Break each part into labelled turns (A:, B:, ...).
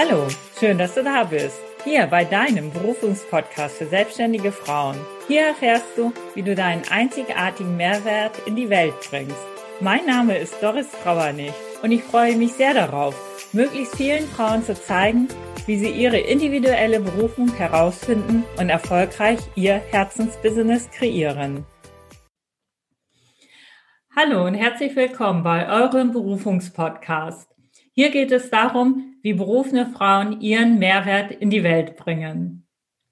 A: Hallo, schön, dass du da bist. Hier bei deinem Berufungspodcast für selbstständige Frauen. Hier erfährst du, wie du deinen einzigartigen Mehrwert in die Welt bringst. Mein Name ist Doris Trauernig und ich freue mich sehr darauf, möglichst vielen Frauen zu zeigen, wie sie ihre individuelle Berufung herausfinden und erfolgreich ihr Herzensbusiness kreieren. Hallo und herzlich willkommen bei eurem Berufungspodcast. Hier geht es darum, wie berufene Frauen ihren Mehrwert in die Welt bringen.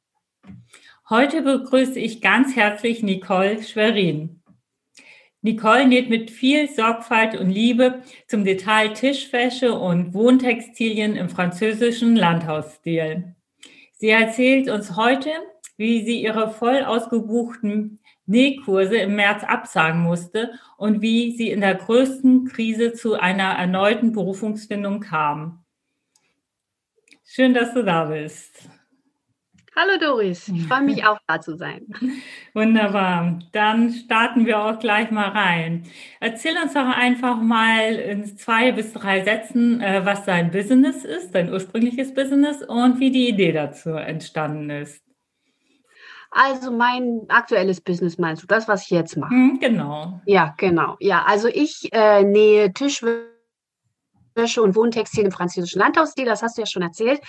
A: Heute begrüße ich ganz herzlich Nicole Schwerin. Nicole näht mit viel Sorgfalt und Liebe zum Detail Tischwäsche und Wohntextilien im französischen Landhausstil. Sie erzählt uns heute, wie sie ihre voll ausgebuchten Nähkurse im März absagen musste und wie sie in der größten Krise zu einer erneuten Berufungsfindung kam. Schön, dass du da bist.
B: Hallo Doris, ich freue mich auch da zu sein.
A: Wunderbar, dann starten wir auch gleich mal rein. Erzähl uns doch einfach mal in 2 bis 3 Sätzen, was dein Business ist, dein ursprüngliches Business und wie die Idee dazu entstanden ist.
B: Also mein aktuelles Business meinst du, das, was ich jetzt mache?
A: Genau.
B: Ja, genau. Ja, also ich nähe Tischwäsche und Wohntextil im französischen Landhausstil, das hast du ja schon erzählt.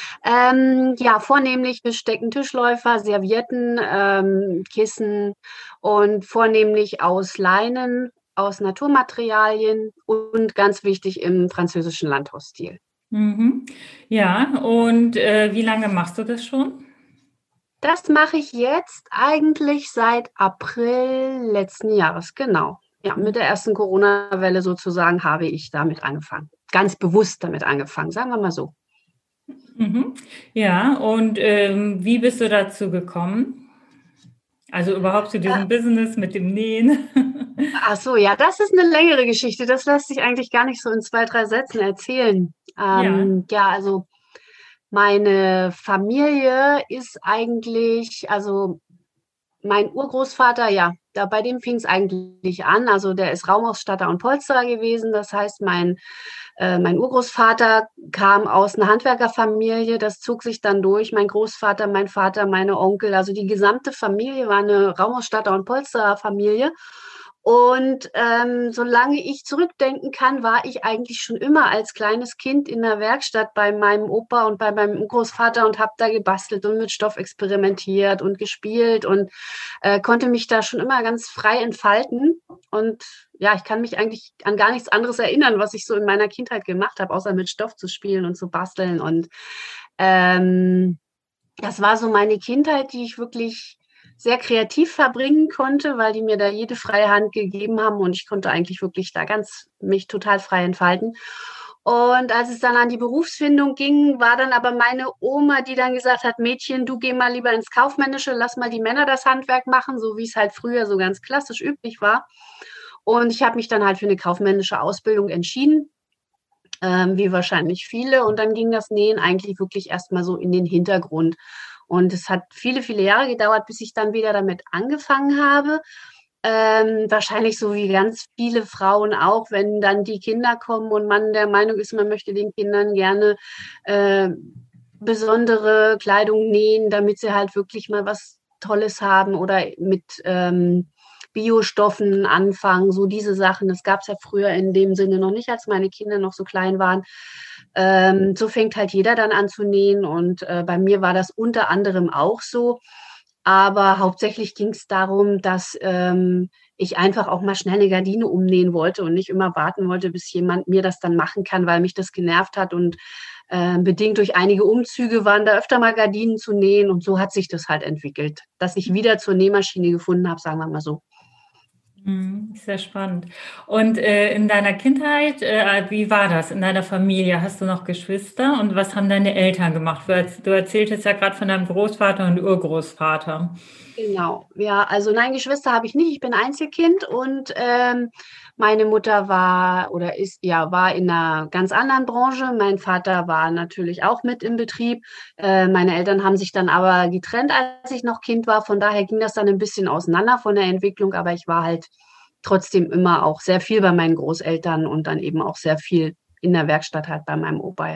B: Ja, vornehmlich Bestecken, Tischläufer, Servietten, Kissen und vornehmlich aus Leinen, aus Naturmaterialien und ganz wichtig im französischen Landhausstil.
A: Mhm. Ja, und wie lange machst du das schon?
B: Das mache ich jetzt eigentlich seit April letzten Jahres, genau. Ja, mit der ersten Corona-Welle sozusagen habe ich damit angefangen. Ganz bewusst damit angefangen, sagen wir mal so.
A: Mhm. Ja, und wie bist du dazu gekommen? Also überhaupt zu diesem Business mit dem Nähen?
B: Ach so, ja, das ist eine längere Geschichte. Das lässt sich eigentlich gar nicht so in 2, 3 Sätzen erzählen.
A: Ja.
B: Ja, also meine Familie ist eigentlich, also mein Urgroßvater, ja, bei dem fing es eigentlich an. Also der ist Raumausstatter und Polsterer gewesen. Das heißt, mein Urgroßvater kam aus einer Handwerkerfamilie. Das zog sich dann durch. Mein Großvater, mein Vater, meine Onkel, also die gesamte Familie war eine Raumausstatter und Polstererfamilie. Und solange ich zurückdenken kann, war ich eigentlich schon immer als kleines Kind in der Werkstatt bei meinem Opa und bei meinem Großvater und habe da gebastelt und mit Stoff experimentiert und gespielt und konnte mich da schon immer ganz frei entfalten. Und ja, ich kann mich eigentlich an gar nichts anderes erinnern, was ich so in meiner Kindheit gemacht habe, außer mit Stoff zu spielen und zu basteln. Und das war so meine Kindheit, die ich wirklich sehr kreativ verbringen konnte, weil die mir da jede freie Hand gegeben haben und ich konnte eigentlich wirklich da mich total frei entfalten. Und als es dann an die Berufsfindung ging, war dann aber meine Oma, die dann gesagt hat, Mädchen, du geh mal lieber ins Kaufmännische, lass mal die Männer das Handwerk machen, so wie es halt früher so ganz klassisch üblich war. Und ich habe mich dann halt für eine kaufmännische Ausbildung entschieden, wie wahrscheinlich viele. Und dann ging das Nähen eigentlich wirklich erstmal so in den Hintergrund. Und es hat viele, viele Jahre gedauert, bis ich dann wieder damit angefangen habe. Wahrscheinlich so wie ganz viele Frauen auch, wenn dann die Kinder kommen und man der Meinung ist, man möchte den Kindern gerne besondere Kleidung nähen, damit sie halt wirklich mal was Tolles haben oder mit Biostoffen anfangen, so diese Sachen. Das gab es ja früher in dem Sinne noch nicht, als meine Kinder noch so klein waren. So fängt halt jeder dann an zu nähen und bei mir war das unter anderem auch so. Aber hauptsächlich ging es darum, dass ich einfach auch mal schnell eine Gardine umnähen wollte und nicht immer warten wollte, bis jemand mir das dann machen kann, weil mich das genervt hat. Und bedingt durch einige Umzüge waren da öfter mal Gardinen zu nähen. Und so hat sich das halt entwickelt, dass ich wieder zur Nähmaschine gefunden habe, sagen wir mal so.
A: Sehr spannend. Und in deiner Kindheit, wie war das in deiner Familie? Hast du noch Geschwister und was haben deine Eltern gemacht? Du erzähltest ja gerade von deinem Großvater und Urgroßvater.
B: Genau, ja, also nein, Geschwister habe ich nicht. Ich bin Einzelkind und meine Mutter war oder ist, ja, war in einer ganz anderen Branche. Mein Vater war natürlich auch mit im Betrieb. Meine Eltern haben sich dann aber getrennt, als ich noch Kind war. Von daher ging das dann ein bisschen auseinander von der Entwicklung, aber ich war halt trotzdem immer auch sehr viel bei meinen Großeltern und dann eben auch sehr viel in der Werkstatt halt bei meinem Opa, ja.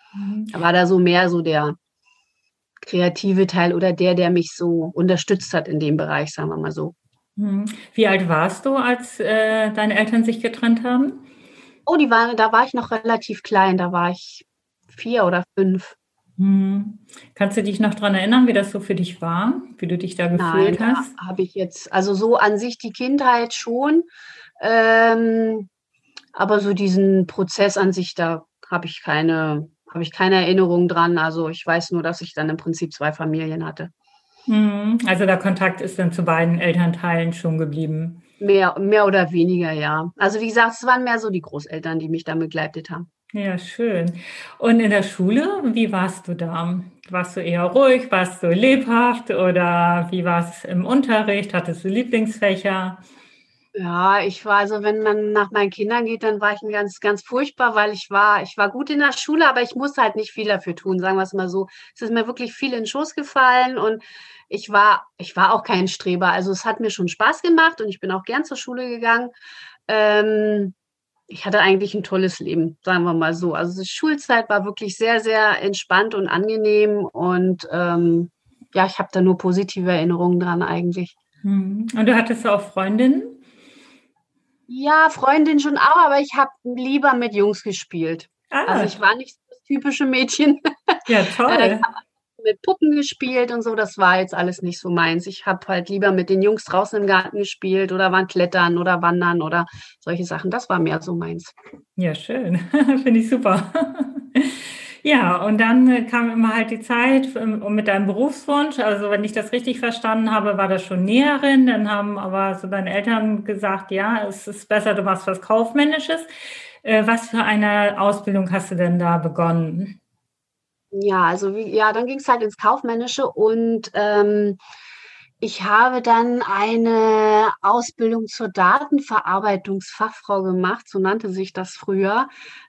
A: Mhm.
B: Da war da so mehr so der kreative Teil oder der mich so unterstützt hat in dem Bereich, sagen wir mal so.
A: Mhm. Wie alt warst du, als, deine Eltern sich getrennt haben?
B: Oh, da war ich noch relativ klein, da war ich 4 oder 5.
A: Mhm. Kannst du dich noch dran erinnern, wie das so für dich war? Wie du dich da
B: Nein,
A: gefühlt
B: da
A: hast?
B: habe ich jetzt also so an sich die Kindheit schon, ähm, aber so diesen Prozess an sich, da habe ich keine Erinnerung dran. Also, ich weiß nur, dass ich dann im Prinzip 2 Familien hatte.
A: Mhm. Also, der Kontakt ist dann zu beiden Elternteilen schon geblieben.
B: Mehr oder weniger, ja. Also, wie gesagt, es waren mehr so die Großeltern, die mich dann begleitet haben.
A: Ja, schön. Und in der Schule, wie warst du da? Warst du eher ruhig? Warst du lebhaft? Oder wie war's im Unterricht? Hattest du Lieblingsfächer?
B: Ja, ich war also, wenn man nach meinen Kindern geht, dann war ich 'n ganz furchtbar, weil ich war gut in der Schule, aber ich musste halt nicht viel dafür tun, sagen wir's mal so. Es ist mir wirklich viel in 'n Schoß gefallen und ich war auch kein Streber. Also, es hat mir schon Spaß gemacht und ich bin auch gern zur Schule gegangen. Ähm, Ich hatte eigentlich 'n tolles Leben, sagen wir mal so. Also, die Schulzeit war wirklich sehr entspannt und angenehm und, ja, ich habe da nur positive Erinnerungen dran eigentlich.
A: Mhm. Und du hattest auch Freundinnen?
B: Ja, Freundin schon auch, aber ich habe lieber mit Jungs gespielt. Also,
A: Ah,
B: ich war nicht so das typische Mädchen.
A: ja,
B: Ich
A: toll.
B: habe mit Puppen gespielt und so, das war jetzt alles nicht so meins. Ich habe halt lieber mit den Jungs draußen im Garten gespielt oder waren klettern oder wandern oder solche Sachen. Das war mehr so meins.
A: Ja, schön. Finde ich super. Ja, und dann, kam immer halt die Zeit, und mit deinem Berufswunsch. Also, wenn ich das richtig verstanden habe, war das schon Näherin. Dann haben aber so deine Eltern gesagt: „Ja, es ist besser, du machst was Kaufmännisches.“ Was für eine Ausbildung hast du denn da begonnen?
B: Ja, also ja, dann ging's halt ins Kaufmännische und, ich habe dann eine Ausbildung zur Datenverarbeitungsfachfrau gemacht, so nannte sich das früher.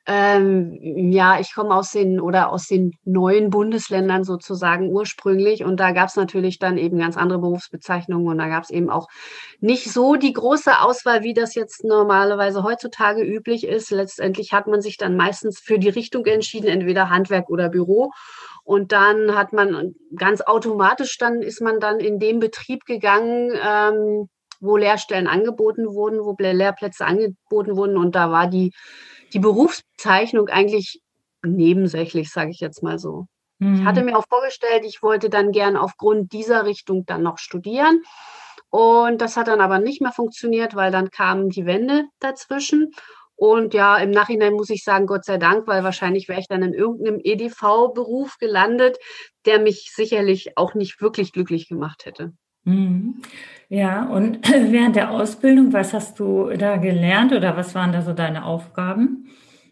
B: Ja, ich komme aus den neuen Bundesländern sozusagen ursprünglich und da gab's natürlich dann eben ganz andere Berufsbezeichnungen und da gab's eben auch nicht so die große Auswahl, wie das jetzt normalerweise heutzutage üblich ist. Letztendlich hat man sich dann meistens für die Richtung entschieden, entweder Handwerk oder Büro. Und dann hat man ganz automatisch, dann ist man dann in den Betrieb gegangen, wo Lehrstellen angeboten wurden, wo Lehrplätze angeboten wurden. Und da war die Berufsbezeichnung eigentlich nebensächlich, sage ich jetzt mal so. Ich
A: Mhm.
B: hatte mir auch vorgestellt, ich wollte dann gern aufgrund dieser Richtung dann noch studieren. Und das hat dann aber nicht mehr funktioniert, weil dann kam die Wende dazwischen. Und ja, im Nachhinein muss ich sagen, Gott sei Dank, weil wahrscheinlich wäre ich dann in irgendeinem EDV-Beruf gelandet, der mich sicherlich auch nicht wirklich glücklich gemacht hätte.
A: Mhm. Ja, und während der Ausbildung, was hast du da gelernt oder was waren da so deine Aufgaben?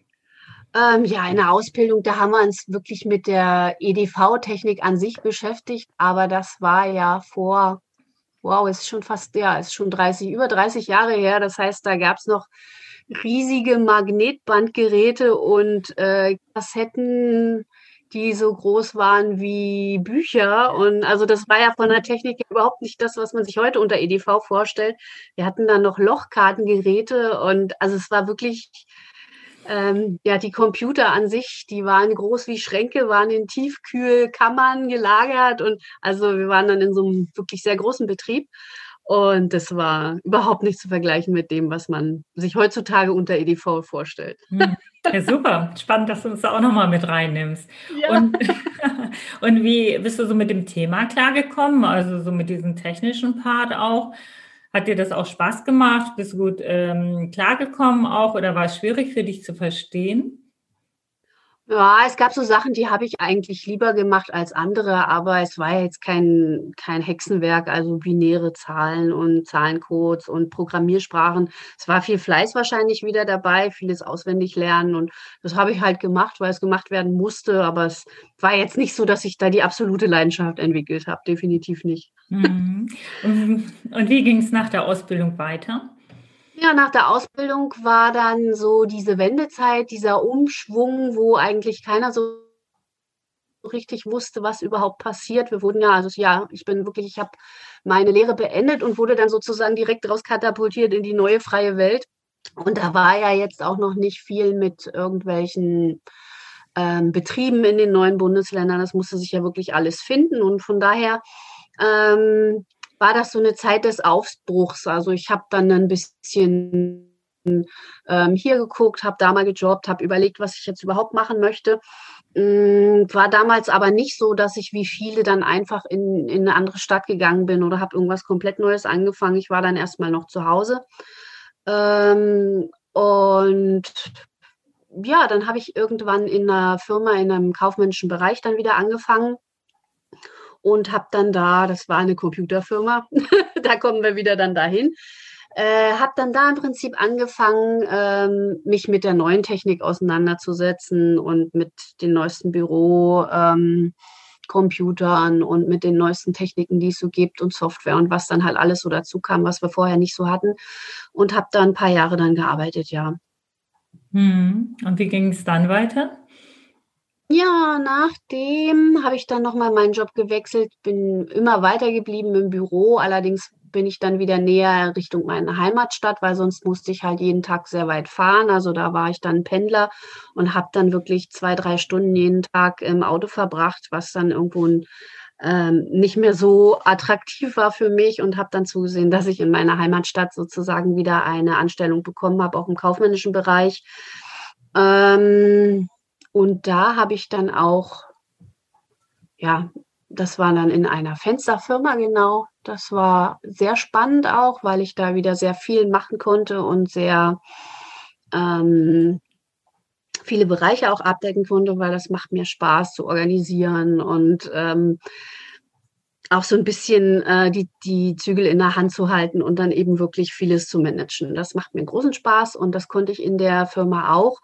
B: Ja, in der Ausbildung, da haben wir uns wirklich mit der EDV-Technik an sich beschäftigt, aber das war ja vor wow, ist schon fast ja, ist schon 30 Jahre her. Das heißt, da gab's noch riesige Magnetbandgeräte und, Kassetten, die so groß waren wie Bücher. Und also das war ja von der Technik her überhaupt nicht das, was man sich heute unter EDV vorstellt. Wir hatten dann noch Lochkartengeräte und also es war wirklich ja, die Computer an sich, die waren groß wie Schränke, waren in Tiefkühlkammern gelagert und also wir waren dann in so einem wirklich sehr großen Betrieb und das war überhaupt nicht zu vergleichen mit dem, was man sich heutzutage unter EDV vorstellt.
A: Mhm. Ja, super. Spannend, dass du uns da auch noch mal mit reinnimmst.
B: Ja.
A: Und und wie bist du so mit dem Thema klargekommen? Also, so mit diesem technischen Part auch? Hat dir das auch Spaß gemacht? Bist du gut, klargekommen auch oder war es schwierig für dich zu verstehen?
B: Ja, es gab so Sachen, die habe ich eigentlich lieber gemacht als andere, aber es war ja jetzt kein Hexenwerk, also binäre Zahlen und Zahlencodes und Programmiersprachen. Es war viel Fleiß wahrscheinlich wieder dabei, vieles auswendig lernen und das habe ich halt gemacht, weil es gemacht werden musste, aber es war jetzt nicht so, dass ich da die absolute Leidenschaft entwickelt habe, definitiv nicht.
A: Mhm. Und wie ging es nach der Ausbildung weiter?
B: Ja, nach der Ausbildung war dann so diese Wendezeit, dieser Umschwung, wo eigentlich keiner so richtig wusste, was überhaupt passiert. Wir wurden ja, also ja, ich habe meine Lehre beendet und wurde dann sozusagen direkt rauskatapultiert in die neue freie Welt. Und da war ja jetzt auch noch nicht viel mit irgendwelchen Betrieben in den neuen Bundesländern. Das musste sich ja wirklich alles finden. Und von daher war das so eine Zeit des Aufbruchs. Also ich habe dann ein bisschen hier geguckt, habe da mal gejobbt, habe überlegt, was ich jetzt überhaupt machen möchte. War damals aber nicht so, dass ich wie viele dann einfach in eine andere Stadt gegangen bin oder habe irgendwas komplett Neues angefangen. Ich war dann erstmal noch zu Hause. Und ja, dann habe ich irgendwann in einer Firma, in einem kaufmännischen Bereich dann wieder angefangen und habe dann da, das war eine Computerfirma, da kommen wir wieder dann dahin, habe dann da im Prinzip angefangen, mich mit der neuen Technik auseinanderzusetzen und mit den neuesten Computern und mit den neuesten Techniken, die es so gibt und Software und was dann halt alles so dazu kam, was wir vorher nicht so hatten und habe da ein paar Jahre dann gearbeitet, ja.
A: Und wie ging es dann weiter?
B: Ja, nachdem habe ich dann nochmal meinen Job gewechselt, bin immer weiter geblieben im Büro. Allerdings bin ich dann wieder näher Richtung meine Heimatstadt, weil sonst musste ich halt jeden Tag sehr weit fahren. Also da war ich dann Pendler und habe dann wirklich 2, 3 Stunden jeden Tag im Auto verbracht, was dann irgendwo nicht mehr so attraktiv war für mich und habe dann zugesehen, dass ich in meiner Heimatstadt sozusagen wieder eine Anstellung bekommen habe, auch im kaufmännischen Bereich. Und da habe ich dann auch, ja, das war dann in einer Fensterfirma, genau. Das war sehr spannend auch, weil ich da wieder sehr viel machen konnte und sehr ähm, viele Bereiche auch abdecken konnte, weil das macht mir Spaß zu organisieren und auch so ein bisschen die Zügel in der Hand zu halten und dann eben wirklich vieles zu managen. Das macht mir großen Spaß und das konnte ich in der Firma auch.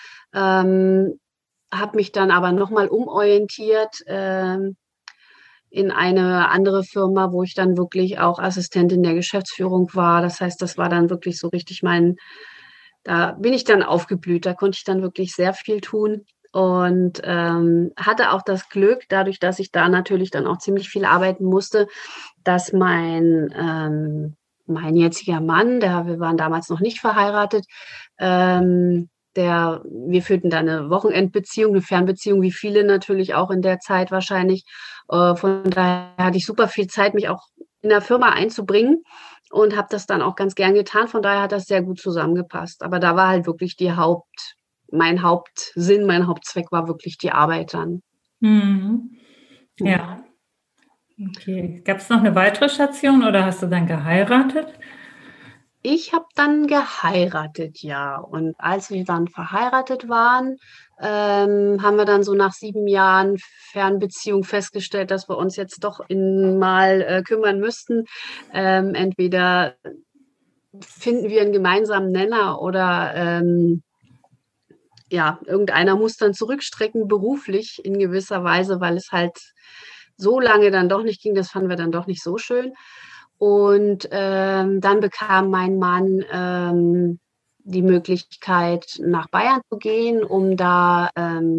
B: Habe mich dann aber nochmal umorientiert in eine andere Firma, wo ich dann wirklich auch Assistentin der Geschäftsführung war. Das heißt, das war dann wirklich so richtig da bin ich dann aufgeblüht. Da konnte ich dann wirklich sehr viel tun und hatte auch das Glück, dadurch, dass ich da natürlich dann auch ziemlich viel arbeiten musste, dass mein jetziger Mann, wir waren damals noch nicht verheiratet, wir führten da eine Wochenendbeziehung, eine Fernbeziehung, wie viele natürlich auch in der Zeit wahrscheinlich. Von daher hatte ich super viel Zeit, mich auch in der Firma einzubringen und habe das dann auch ganz gern getan. Von daher hat das sehr gut zusammengepasst. Aber da war halt wirklich mein Hauptsinn, mein Hauptzweck war wirklich die Arbeit dann.
A: Mhm. Ja, okay. Gab es noch eine weitere Station oder hast du dann geheiratet?
B: Ich habe dann geheiratet, ja. Und als wir dann verheiratet waren, haben wir dann so nach 7 Jahren Fernbeziehung festgestellt, dass wir uns jetzt doch mal kümmern müssten. Entweder finden wir einen gemeinsamen Nenner oder ja, irgendeiner muss dann zurückstrecken, beruflich in gewisser Weise, weil es halt so lange dann doch nicht ging. Das fanden wir dann doch nicht so schön. Und dann bekam mein Mann die Möglichkeit, nach Bayern zu gehen, um da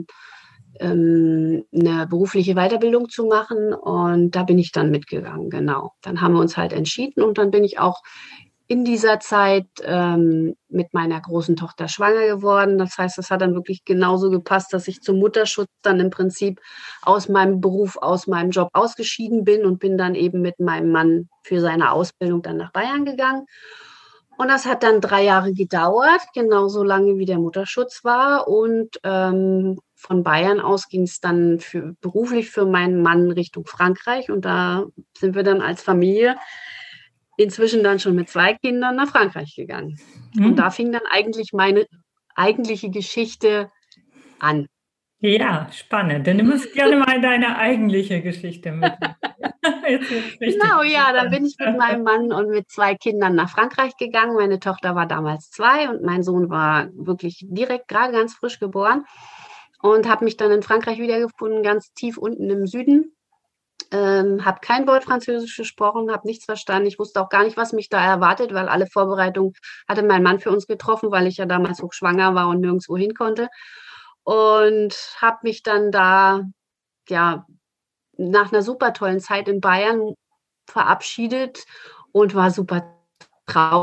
B: eine berufliche Weiterbildung zu machen. Und da bin ich dann mitgegangen, genau. Dann haben wir uns halt entschieden und dann bin ich auch in dieser Zeit mit meiner großen Tochter schwanger geworden. Das heißt, das hat dann wirklich genauso gepasst, dass ich zum Mutterschutz dann im Prinzip aus meinem Beruf, aus meinem Job ausgeschieden bin und bin dann eben mit meinem Mann für seine Ausbildung dann nach Bayern gegangen. Und das hat dann 3 Jahre gedauert, genauso lange wie der Mutterschutz war. Und von Bayern aus ging es dann beruflich für meinen Mann Richtung Frankreich. Und da sind wir dann als Familie inzwischen dann schon mit 2 Kindern nach Frankreich gegangen. Und da fing dann eigentlich meine eigentliche Geschichte an.
A: Ja, spannend. Dann nimm uns gerne mal deine eigentliche Geschichte mit. Jetzt wird's richtig
B: Genau, ja, dann bin ich mit
A: interessant.
B: meinem Mann und mit 2 Kindern nach Frankreich gegangen. Meine Tochter war damals 2 und mein Sohn war wirklich direkt gerade ganz frisch geboren und habe mich dann in Frankreich wiedergefunden, ganz tief unten im Süden. Habe kein Wort Französisch gesprochen, habe nichts verstanden. Ich wusste auch gar nicht, was mich da erwartet, weil alle Vorbereitungen hatte mein Mann für uns getroffen, weil ich ja damals hochschwanger war und nirgendwo hin konnte. Und habe mich dann da, ja, nach einer super tollen Zeit in Bayern verabschiedet und war super traurig,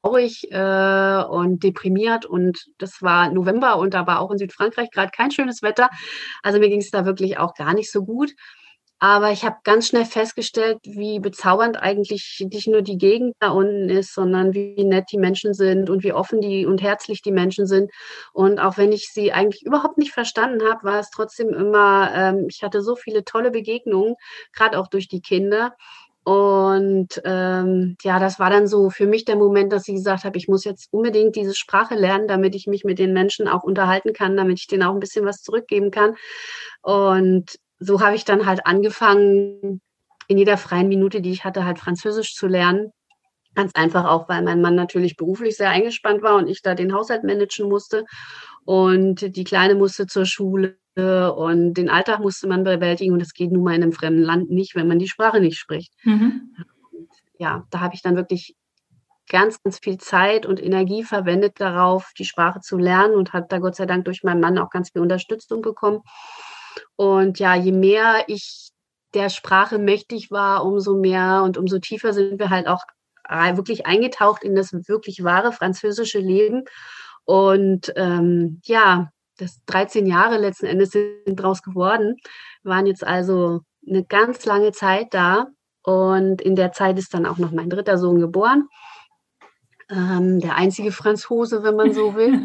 B: traurig und deprimiert und das war November und da war auch in Südfrankreich gerade kein schönes Wetter. Also mir ging es da wirklich auch gar nicht so gut. Aber ich habe ganz schnell festgestellt, wie bezaubernd eigentlich nicht nur die Gegend da unten ist, sondern wie nett die Menschen sind und wie offen die und herzlich die Menschen sind. Und auch wenn ich sie eigentlich überhaupt nicht verstanden habe, war es trotzdem immer, ich hatte so viele tolle Begegnungen, gerade auch durch die Kinder. Und ja, das war dann so für mich der Moment, dass ich gesagt habe, ich muss jetzt unbedingt diese Sprache lernen, damit ich mich mit den Menschen auch unterhalten kann, damit ich denen auch ein bisschen was zurückgeben kann. Und so habe ich dann halt angefangen, in jeder freien Minute, die ich hatte, halt Französisch zu lernen. Ganz einfach auch, weil mein Mann natürlich beruflich sehr eingespannt war und ich da den Haushalt managen musste. Und die Kleine musste zur Schule und den Alltag musste man bewältigen. Und das geht nun mal in einem fremden Land nicht, wenn man die Sprache nicht spricht.
A: Mhm.
B: Und ja, da habe ich dann wirklich ganz, ganz viel Zeit und Energie verwendet darauf, die Sprache zu lernen und habe da Gott sei Dank durch meinen Mann auch ganz viel Unterstützung bekommen. Und ja, je mehr ich der Sprache mächtig war, umso mehr und umso tiefer sind wir halt auch wirklich eingetaucht in das wirklich wahre französische Leben. Und ja, das 13 Jahre letzten Endes sind draus geworden, waren jetzt also eine ganz lange Zeit da. Und in der Zeit ist dann auch noch mein dritter Sohn geboren. Der einzige Franzose, wenn man so will.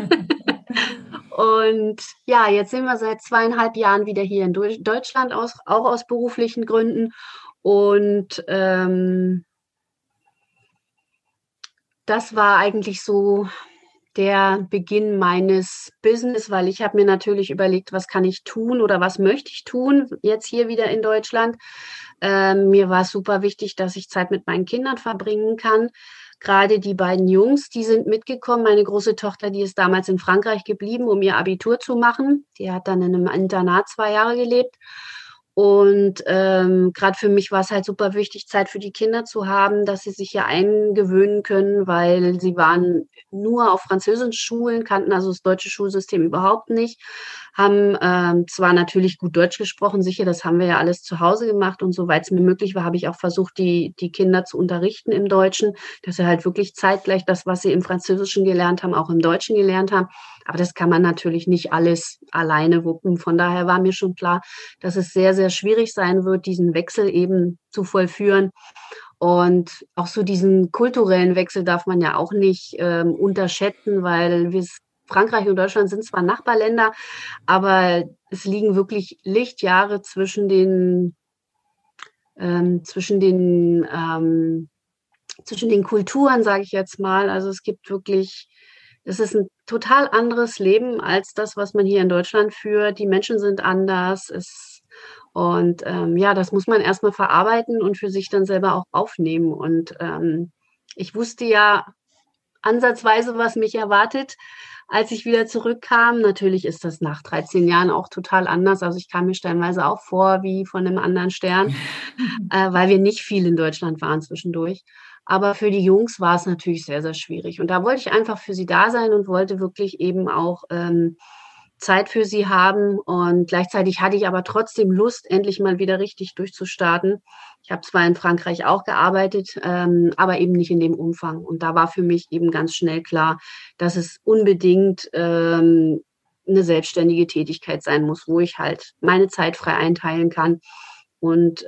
B: Und ja, jetzt sind wir seit 2,5 Jahren wieder hier in Deutschland, auch aus beruflichen Gründen. Und das war eigentlich so der Beginn meines Business, weil ich habe mir natürlich überlegt, was kann ich tun oder was möchte ich tun, jetzt hier wieder in Deutschland. Mir war es super wichtig, dass ich Zeit mit meinen Kindern verbringen kann. Gerade die beiden Jungs, die sind mitgekommen. Meine große Tochter, die ist damals in Frankreich geblieben, um ihr Abitur zu machen. Die hat dann in einem Internat 2 Jahre gelebt. Und gerade für mich war es halt super wichtig, Zeit für die Kinder zu haben, dass sie sich hier eingewöhnen können, weil sie waren nur auf französischen Schulen, kannten also das deutsche Schulsystem überhaupt nicht, haben zwar natürlich gut Deutsch gesprochen, sicher, das haben wir ja alles zu Hause gemacht und soweit es mir möglich war, habe ich auch versucht, die Kinder zu unterrichten im Deutschen, dass sie halt wirklich zeitgleich das, was sie im Französischen gelernt haben, auch im Deutschen gelernt haben. Aber das kann man natürlich nicht alles alleine wuppen. Von daher war mir schon klar, dass es sehr, sehr schwierig sein wird, diesen Wechsel eben zu vollführen. Und auch so diesen kulturellen Wechsel darf man ja auch nicht unterschätzen, weil Frankreich und Deutschland sind zwar Nachbarländer, aber es liegen wirklich Lichtjahre zwischen den Kulturen, sage ich jetzt mal. Also es gibt wirklich, es ist ein total anderes Leben als das, was man hier in Deutschland führt. Die Menschen sind anders. Und ja, das muss man erstmal verarbeiten und für sich dann selber auch aufnehmen. Und ich wusste ja ansatzweise, was mich erwartet, als ich wieder zurückkam. Natürlich ist das nach 13 Jahren auch total anders. Also ich kam mir stellenweise auch vor wie von einem anderen Stern, weil wir nicht viel in Deutschland waren zwischendurch. Aber für die Jungs war es natürlich sehr, sehr schwierig. Und da wollte ich einfach für sie da sein und wollte wirklich eben auch Zeit für sie haben. Und gleichzeitig hatte ich aber trotzdem Lust, endlich mal wieder richtig durchzustarten. Ich habe zwar in Frankreich auch gearbeitet, aber eben nicht in dem Umfang. Und da war für mich eben ganz schnell klar, dass es unbedingt eine selbstständige Tätigkeit sein muss, wo ich halt meine Zeit frei einteilen kann und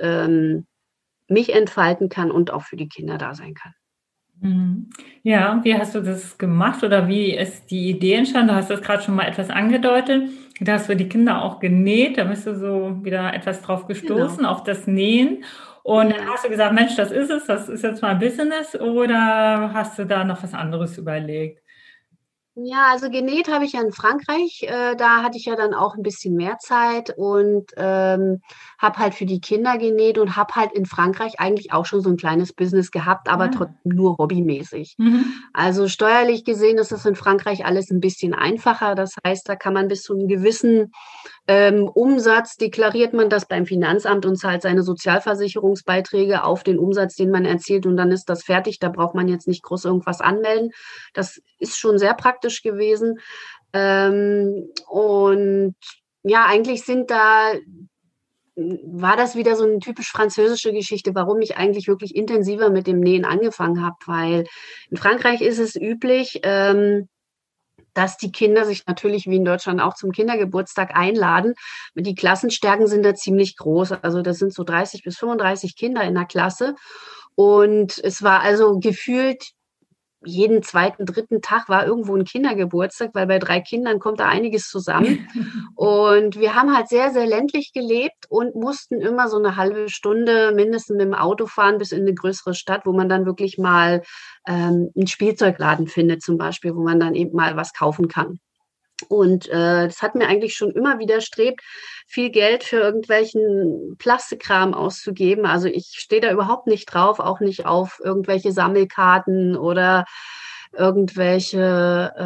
B: mich entfalten kann und auch für die Kinder da sein kann.
A: Mhm. Ja, wie hast du das gemacht oder wie ist die Idee entstanden? Du hast das gerade schon mal etwas angedeutet. Da hast du die Kinder auch genäht, da bist du so wieder etwas drauf
B: Genau.
A: gestoßen, auf das Nähen. Und dann
B: Ja.
A: hast du gesagt, Mensch, das ist es, das ist jetzt mal Business oder hast du da noch was anderes überlegt?
B: Ja, also genäht habe ich ja in Frankreich. Da hatte ich ja dann auch ein bisschen mehr Zeit und habe halt für die Kinder genäht und habe halt in Frankreich eigentlich auch schon so ein kleines Business gehabt, aber
A: Ah.
B: trotzdem nur hobbymäßig.
A: Mhm.
B: Also steuerlich gesehen ist das in Frankreich alles ein bisschen einfacher. Das heißt, da kann man bis zu einem gewissen Umsatz deklariert man das beim Finanzamt und zahlt seine Sozialversicherungsbeiträge auf den Umsatz, den man erzielt und dann ist das fertig. Da braucht man jetzt nicht groß irgendwas anmelden. Das ist schon sehr praktisch gewesen. Und ja, eigentlich sind da war das wieder so eine typisch französische Geschichte, warum ich eigentlich wirklich intensiver mit dem Nähen angefangen habe, weil in Frankreich ist es üblich, dass die Kinder sich natürlich wie in Deutschland auch zum Kindergeburtstag einladen. Die Klassenstärken sind da ziemlich groß. Also das sind so 30 bis 35 Kinder in der Klasse. Und es war also gefühlt jeden zweiten, dritten Tag war irgendwo ein Kindergeburtstag, weil bei 3 Kindern kommt da einiges zusammen. Und wir haben halt sehr, sehr ländlich gelebt und mussten immer so eine halbe Stunde mindestens mit dem Auto fahren bis in eine größere Stadt, wo man dann wirklich mal einen Spielzeugladen findet zum Beispiel, wo man dann eben mal was kaufen kann. Und das hat mir eigentlich schon immer widerstrebt, viel Geld für irgendwelchen Plastikkram auszugeben. Also ich stehe da überhaupt nicht drauf, auch nicht auf irgendwelche Sammelkarten oder irgendwelche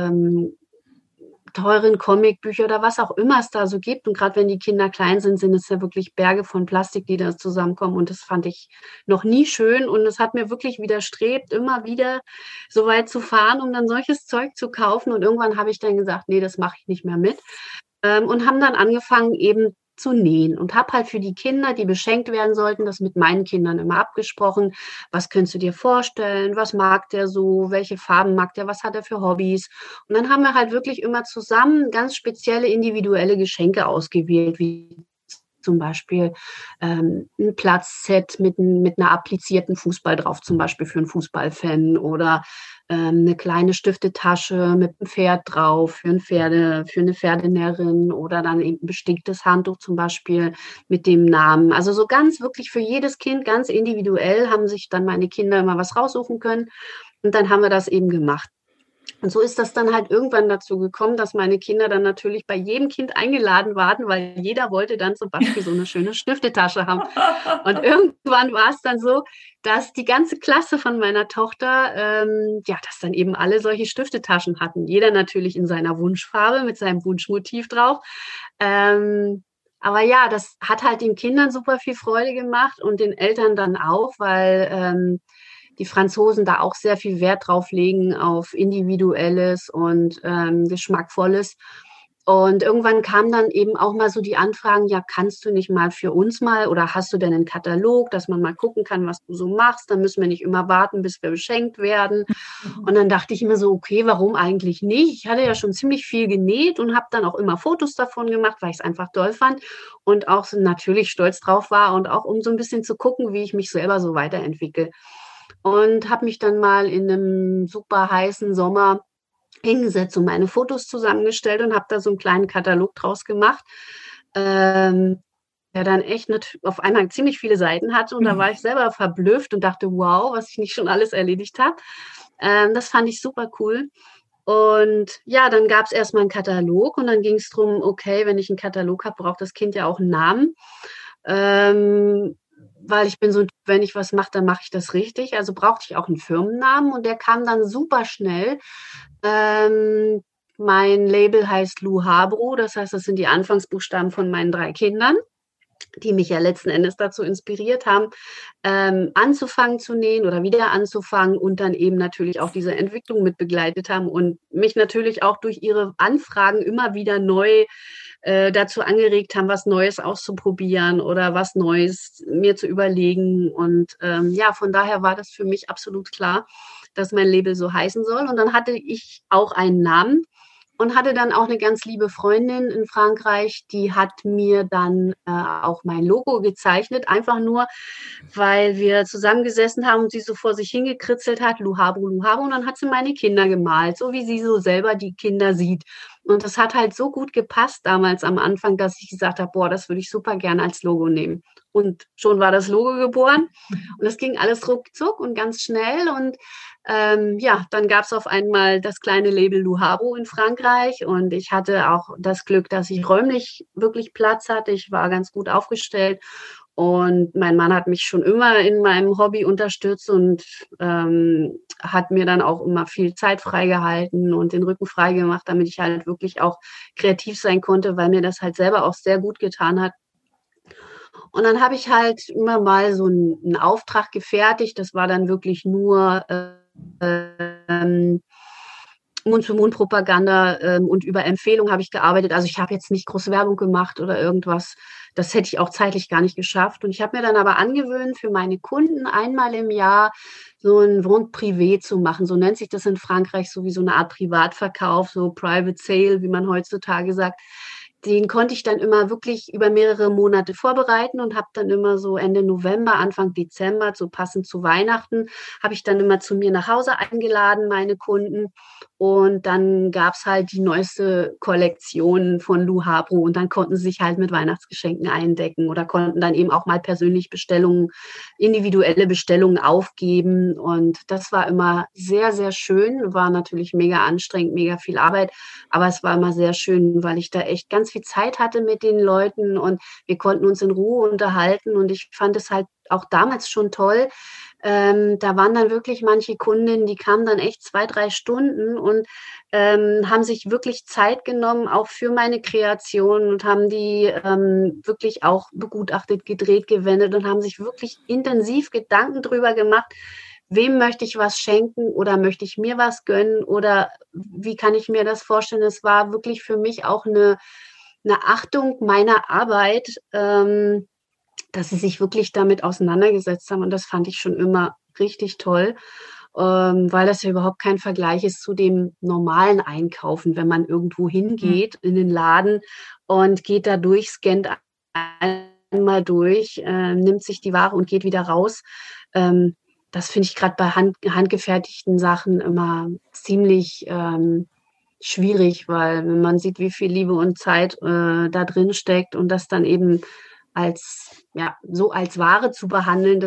B: teuren Comicbücher oder was auch immer es da so gibt. Und gerade wenn die Kinder klein sind, sind es ja wirklich Berge von Plastik, die da zusammenkommen. Und das fand ich noch nie schön. Und es hat mir wirklich widerstrebt, immer wieder so weit zu fahren, um dann solches Zeug zu kaufen. Und irgendwann habe ich dann gesagt, nee, das mache ich nicht mehr mit. Und haben dann angefangen, eben zu nähen und habe halt für die Kinder, die beschenkt werden sollten, das mit meinen Kindern immer abgesprochen. Was könntest du dir vorstellen? Was mag der so? Welche Farben mag der? Was hat er für Hobbys? Und dann haben wir halt wirklich immer zusammen ganz spezielle individuelle Geschenke ausgewählt, wie zum Beispiel ein Platzset mit einer applizierten Fußball drauf, zum Beispiel für einen Fußballfan oder eine kleine Stiftetasche mit einem Pferd drauf für eine Pferdenärin oder dann eben ein besticktes Handtuch zum Beispiel mit dem Namen. Also so ganz wirklich für jedes Kind ganz individuell haben sich dann meine Kinder immer was raussuchen können und dann haben wir das eben gemacht. Und so ist das dann halt irgendwann dazu gekommen, dass meine Kinder dann natürlich bei jedem Kind eingeladen waren, weil jeder wollte dann zum Beispiel so eine schöne Stiftetasche haben. Und irgendwann war es dann so, dass die ganze Klasse von meiner Tochter, ja, dass dann eben alle solche Stiftetaschen hatten. Jeder natürlich in seiner Wunschfarbe mit seinem Wunschmotiv drauf. Aber ja, das hat halt den Kindern super viel Freude gemacht und den Eltern dann auch, weil die Franzosen da auch sehr viel Wert drauf legen auf Individuelles und Geschmackvolles. Und irgendwann kamen dann eben auch mal so die Anfragen, ja, kannst du nicht mal für uns mal oder hast du denn einen Katalog, dass man mal gucken kann, was du so machst? Dann müssen wir nicht immer warten, bis wir beschenkt werden. Und dann dachte ich mir so, okay, warum eigentlich nicht? Ich hatte ja schon ziemlich viel genäht und habe dann auch immer Fotos davon gemacht, weil ich es einfach toll fand und auch so natürlich stolz drauf war und auch um so ein bisschen zu gucken, wie ich mich selber so weiterentwickle. Und habe mich dann mal in einem super heißen Sommer hingesetzt und meine Fotos zusammengestellt und habe da so einen kleinen Katalog draus gemacht, der dann echt auf einmal ziemlich viele Seiten hatte. Und da war ich selber verblüfft und dachte, wow, was ich nicht schon alles erledigt habe. Das fand ich super cool. Und ja, dann gab es erstmal einen Katalog und dann ging es darum, okay, wenn ich einen Katalog habe, braucht das Kind ja auch einen Namen. Weil ich bin so, wenn ich was mache, dann mache ich das richtig. Also brauchte ich auch einen Firmennamen und der kam dann super schnell. Mein Label heißt Lou Habro, das heißt, das sind die Anfangsbuchstaben von meinen 3 Kindern, die mich ja letzten Endes dazu inspiriert haben, anzufangen zu nähen oder wieder anzufangen und dann eben natürlich auch diese Entwicklung mit begleitet haben und mich natürlich auch durch ihre Anfragen immer wieder neu dazu angeregt haben, was Neues auszuprobieren oder was Neues mir zu überlegen. Und ja, von daher war das für mich absolut klar, dass mein Label so heißen soll. Und dann hatte ich auch einen Namen und hatte dann auch eine ganz liebe Freundin in Frankreich, die hat mir dann auch mein Logo gezeichnet, einfach nur, weil wir zusammengesessen haben und sie so vor sich hingekritzelt hat, Lou Habro, Lou Habro, und dann hat sie meine Kinder gemalt, so wie sie so selber die Kinder sieht. Und das hat halt so gut gepasst damals am Anfang, dass ich gesagt habe, boah, das würde ich super gerne als Logo nehmen. Und schon war das Logo geboren und es ging alles ruckzuck und ganz schnell und ja, dann gab es auf einmal das kleine Label Lou Habro in Frankreich und ich hatte auch das Glück, dass ich räumlich wirklich Platz hatte. Ich war ganz gut aufgestellt und mein Mann hat mich schon immer in meinem Hobby unterstützt und hat mir dann auch immer viel Zeit freigehalten und den Rücken frei gemacht, damit ich halt wirklich auch kreativ sein konnte, weil mir das halt selber auch sehr gut getan hat. Und dann habe ich halt immer mal so einen Auftrag gefertigt. Das war dann wirklich nur Mund-zu-Mund-Propaganda und über Empfehlung habe ich gearbeitet. Also ich habe jetzt nicht große Werbung gemacht oder irgendwas. Das hätte ich auch zeitlich gar nicht geschafft. Und ich habe mir dann aber angewöhnt, für meine Kunden einmal im Jahr so ein Vente privé zu machen. So nennt sich das in Frankreich, so wie so eine Art Privatverkauf, so Private Sale, wie man heutzutage sagt. Den konnte ich dann immer wirklich über mehrere Monate vorbereiten und habe dann immer so Ende November, Anfang Dezember, so passend zu Weihnachten, habe ich dann immer zu mir nach Hause eingeladen, meine Kunden. Und dann gab es halt die neueste Kollektion von Lou Habro und dann konnten sie sich halt mit Weihnachtsgeschenken eindecken oder konnten dann eben auch mal persönlich Bestellungen, individuelle Bestellungen aufgeben. Und das war immer sehr, sehr schön, war natürlich mega anstrengend, mega viel Arbeit, aber es war immer sehr schön, weil ich da echt ganz viel Zeit hatte mit den Leuten und wir konnten uns in Ruhe unterhalten und ich fand es halt auch damals schon toll. Da waren dann wirklich manche Kundinnen, die kamen dann echt 2, 3 Stunden und haben sich wirklich Zeit genommen, auch für meine Kreation und haben die wirklich auch begutachtet, gedreht, gewendet und haben sich wirklich intensiv Gedanken drüber gemacht, wem möchte ich was schenken oder möchte ich mir was gönnen oder wie kann ich mir das vorstellen? Es war wirklich für mich auch eine Achtung meiner Arbeit, dass sie sich wirklich damit auseinandergesetzt haben. Und das fand ich schon immer richtig toll, weil das ja überhaupt kein Vergleich ist zu dem normalen Einkaufen, wenn man irgendwo hingeht in den Laden und geht da durch, scannt einmal durch, nimmt sich die Ware und geht wieder raus. Das finde ich gerade bei handgefertigten Sachen immer ziemlich schwierig, weil wenn man sieht, wie viel Liebe und Zeit da drin steckt und das dann eben so als Ware zu behandeln,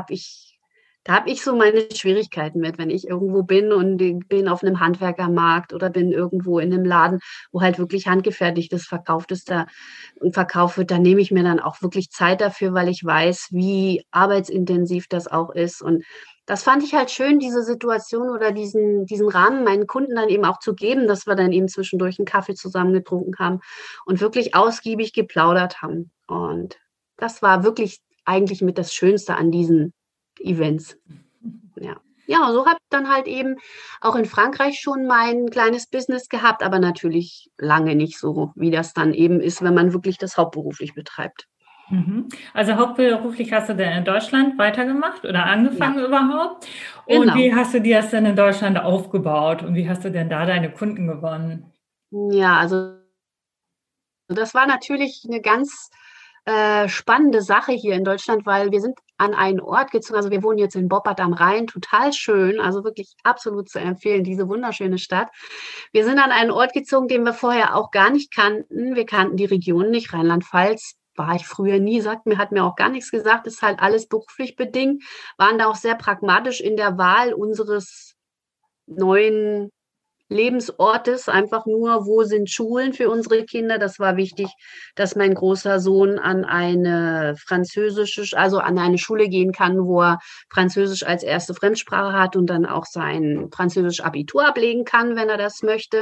B: da habe ich so meine Schwierigkeiten mit, wenn ich irgendwo bin und bin auf einem Handwerkermarkt oder bin irgendwo in einem Laden, wo halt wirklich handgefertigtes verkauft ist und verkauft wird, da nehme ich mir dann auch wirklich Zeit dafür, weil ich weiß, wie arbeitsintensiv das auch ist. Und das fand ich halt schön, diese Situation oder diesen Rahmen meinen Kunden dann eben auch zu geben, dass wir dann eben zwischendurch einen Kaffee zusammen getrunken haben und wirklich ausgiebig geplaudert haben. Und das war wirklich eigentlich mit das Schönste an diesen Events. Ja. Ja, so habe ich dann halt eben auch in Frankreich schon mein kleines Business gehabt, aber natürlich lange nicht so, wie das dann eben ist, wenn man wirklich das hauptberuflich betreibt.
A: Also hauptberuflich hast du denn in Deutschland weitergemacht oder angefangen überhaupt? Und
B: Genau.
A: wie hast du dir das denn in Deutschland aufgebaut und wie hast du denn da deine Kunden gewonnen?
B: Ja, also das war natürlich eine ganz spannende Sache hier in Deutschland, weil wir sind an einen Ort gezogen, also wir wohnen jetzt in Boppard am Rhein, total schön, also wirklich absolut zu empfehlen, diese wunderschöne Stadt. Wir sind an einen Ort gezogen, den wir vorher auch gar nicht kannten. Wir kannten die Region nicht, Rheinland-Pfalz war ich früher nie, hat mir auch gar nichts gesagt, ist halt alles beruflich bedingt, waren da auch sehr pragmatisch in der Wahl unseres neuen Lebensortes, einfach nur, wo sind Schulen für unsere Kinder. Das war wichtig, dass mein großer Sohn an eine an eine Schule gehen kann, wo er Französisch als erste Fremdsprache hat und dann auch sein Französisch Abitur ablegen kann, wenn er das möchte.